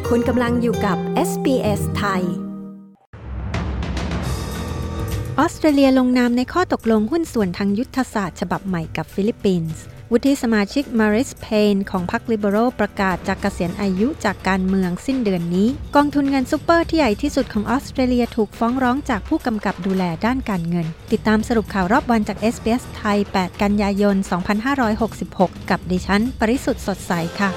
คุณกำลังอยู่กับ SBS ไทยออสเตรเลียลงนามในข้อตกลงหุ้นส่วนทางยุทธศาสตร์ฉบับใหม่กับฟิลิปปินส์วุฒิสมาชิกมาริสเพนของพรรคลิเบอรัลประกาศจะเกษียณอายุจากการเมืองสิ้นเดือนนี้กองทุนเงินซุปเปอร์ที่ใหญ่ที่สุดของออสเตรเลียถูกฟ้องร้องจากผู้กำกับดูแลด้านการเงินติดตามสรุปข่าวรอบวันจาก SBS ไทย 8 กันยายน 2566 กับดิฉันปริสุทธิ์สดใสค่ะ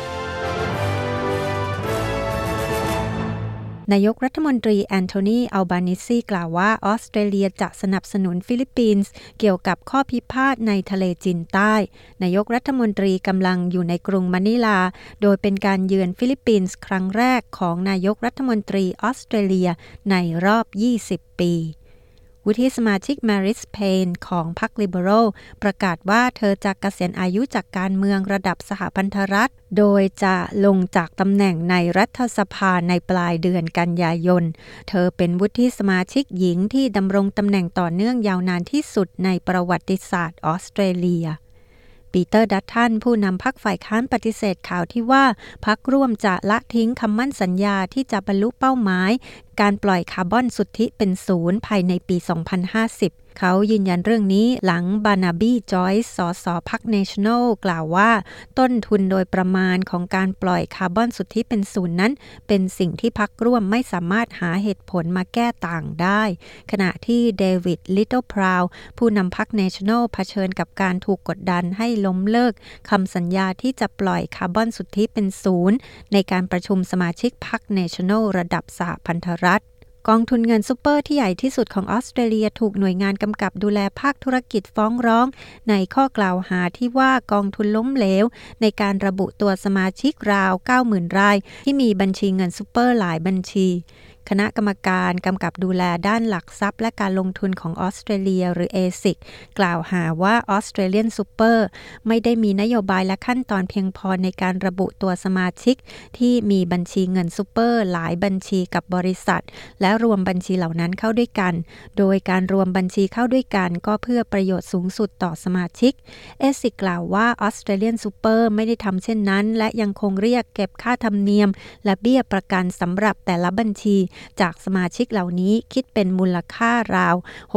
นายกรัฐมนตรีแอนโทนีอัลบานิซีกล่าวว่าออสเตรเลียจะสนับสนุนฟิลิปปินส์เกี่ยวกับข้อพิพาทในทะเลจีนใต้นายกรัฐมนตรีกำลังอยู่ในกรุงมะนิลาโดยเป็นการเยือนฟิลิปปินส์ครั้งแรกของนายกรัฐมนตรีออสเตรเลียในรอบ 20 ปีวุฒิสมาชิกมาริสเพนของพรรคลิเบอรัลประกาศว่าเธอจะเกษียณอายุจากการเมืองระดับสหพันธรัฐโดยจะลงจากตำแหน่งในรัฐสภาในปลายเดือนกันยายนเธอเป็นวุฒิสมาชิกหญิงที่ดำรงตำแหน่งต่อเนื่องยาวนานที่สุดในประวัติศาสตร์ออสเตรเลียปีเตอร์ดัตตันผู้นำพรรคฝ่ายค้านปฏิเสธข่าวที่ว่าพรรคร่วมจะละทิ้งคำมั่นสัญญาที่จะบรรลุเป้าหมายการปล่อยคาร์บอนสุทธิเป็นศูนย์ภายในปี 2050 เขายืนยันเรื่องนี้หลังบานาบีจอยส์สสพรรคเนชั่นแนลกล่าวว่าต้นทุนโดยประมาณของการปล่อยคาร์บอนสุทธิเป็นศูนย์นั้นเป็นสิ่งที่พรรคร่วมไม่สามารถหาเหตุผลมาแก้ต่างได้ขณะที่เดวิดลิตเติ้ลพราวผู้นำพรรคเนชั่นแนลเผชิญกับการถูกกดดันให้ล้มเลิกคำสัญญาที่จะปล่อยคาร์บอนสุทธิเป็นศูนย์ในการประชุมสมาชิกพรรคเนชั่นแนลระดับสหพันธรัฐกองทุนเงินซุปเปอร์ที่ใหญ่ที่สุดของออสเตรเลียถูกหน่วยงานกำกับดูแลภาคธุรกิจฟ้องร้องในข้อกล่าวหาที่ว่ากองทุนล้มเหลวในการระบุตัวสมาชิกราว 90,000 รายที่มีบัญชีเงินซุปเปอร์หลายบัญชีคณะกรรมการกำกับดูแลด้านหลักทรัพย์และการลงทุนของออสเตรเลียหรือ ASIC กล่าวหาว่า Australian Super ไม่ได้มีนโยบายและขั้นตอนเพียงพอในการระบุตัวสมาชิกที่มีบัญชีเงินซุปเปอร์หลายบัญชีกับบริษัทและรวมบัญชีเหล่านั้นเข้าด้วยกันโดยการรวมบัญชีเข้าด้วยกันก็เพื่อประโยชน์สูงสุดต่อสมาชิก ASIC กล่าวว่า Australian Super ไม่ได้ทำเช่นนั้นและยังคงเรียกเก็บค่าธรรมเนียมและเบี้ยประกันสำหรับแต่ละบัญชีจากสมาชิกเหล่านี้คิดเป็นมูลค่าราว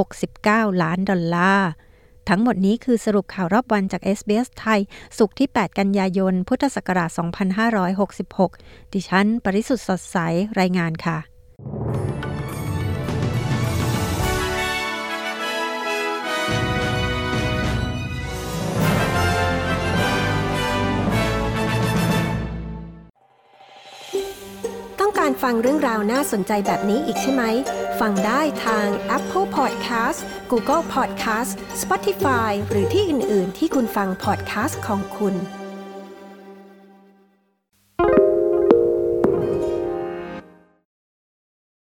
$69 ล้านทั้งหมดนี้คือสรุปข่าวรอบวันจาก SBS ไทยศุกร์ที่ 8 กันยายน พุทธศักราช 2566 ดิฉันปริสุทธิ์สดใสรายงานค่ะการฟังเรื่องราวน่าสนใจแบบนี้อีกใช่ไหมฟังได้ทาง Apple Podcast Google Podcast Spotify หรือที่อื่นๆที่คุณฟัง podcast ของคุณ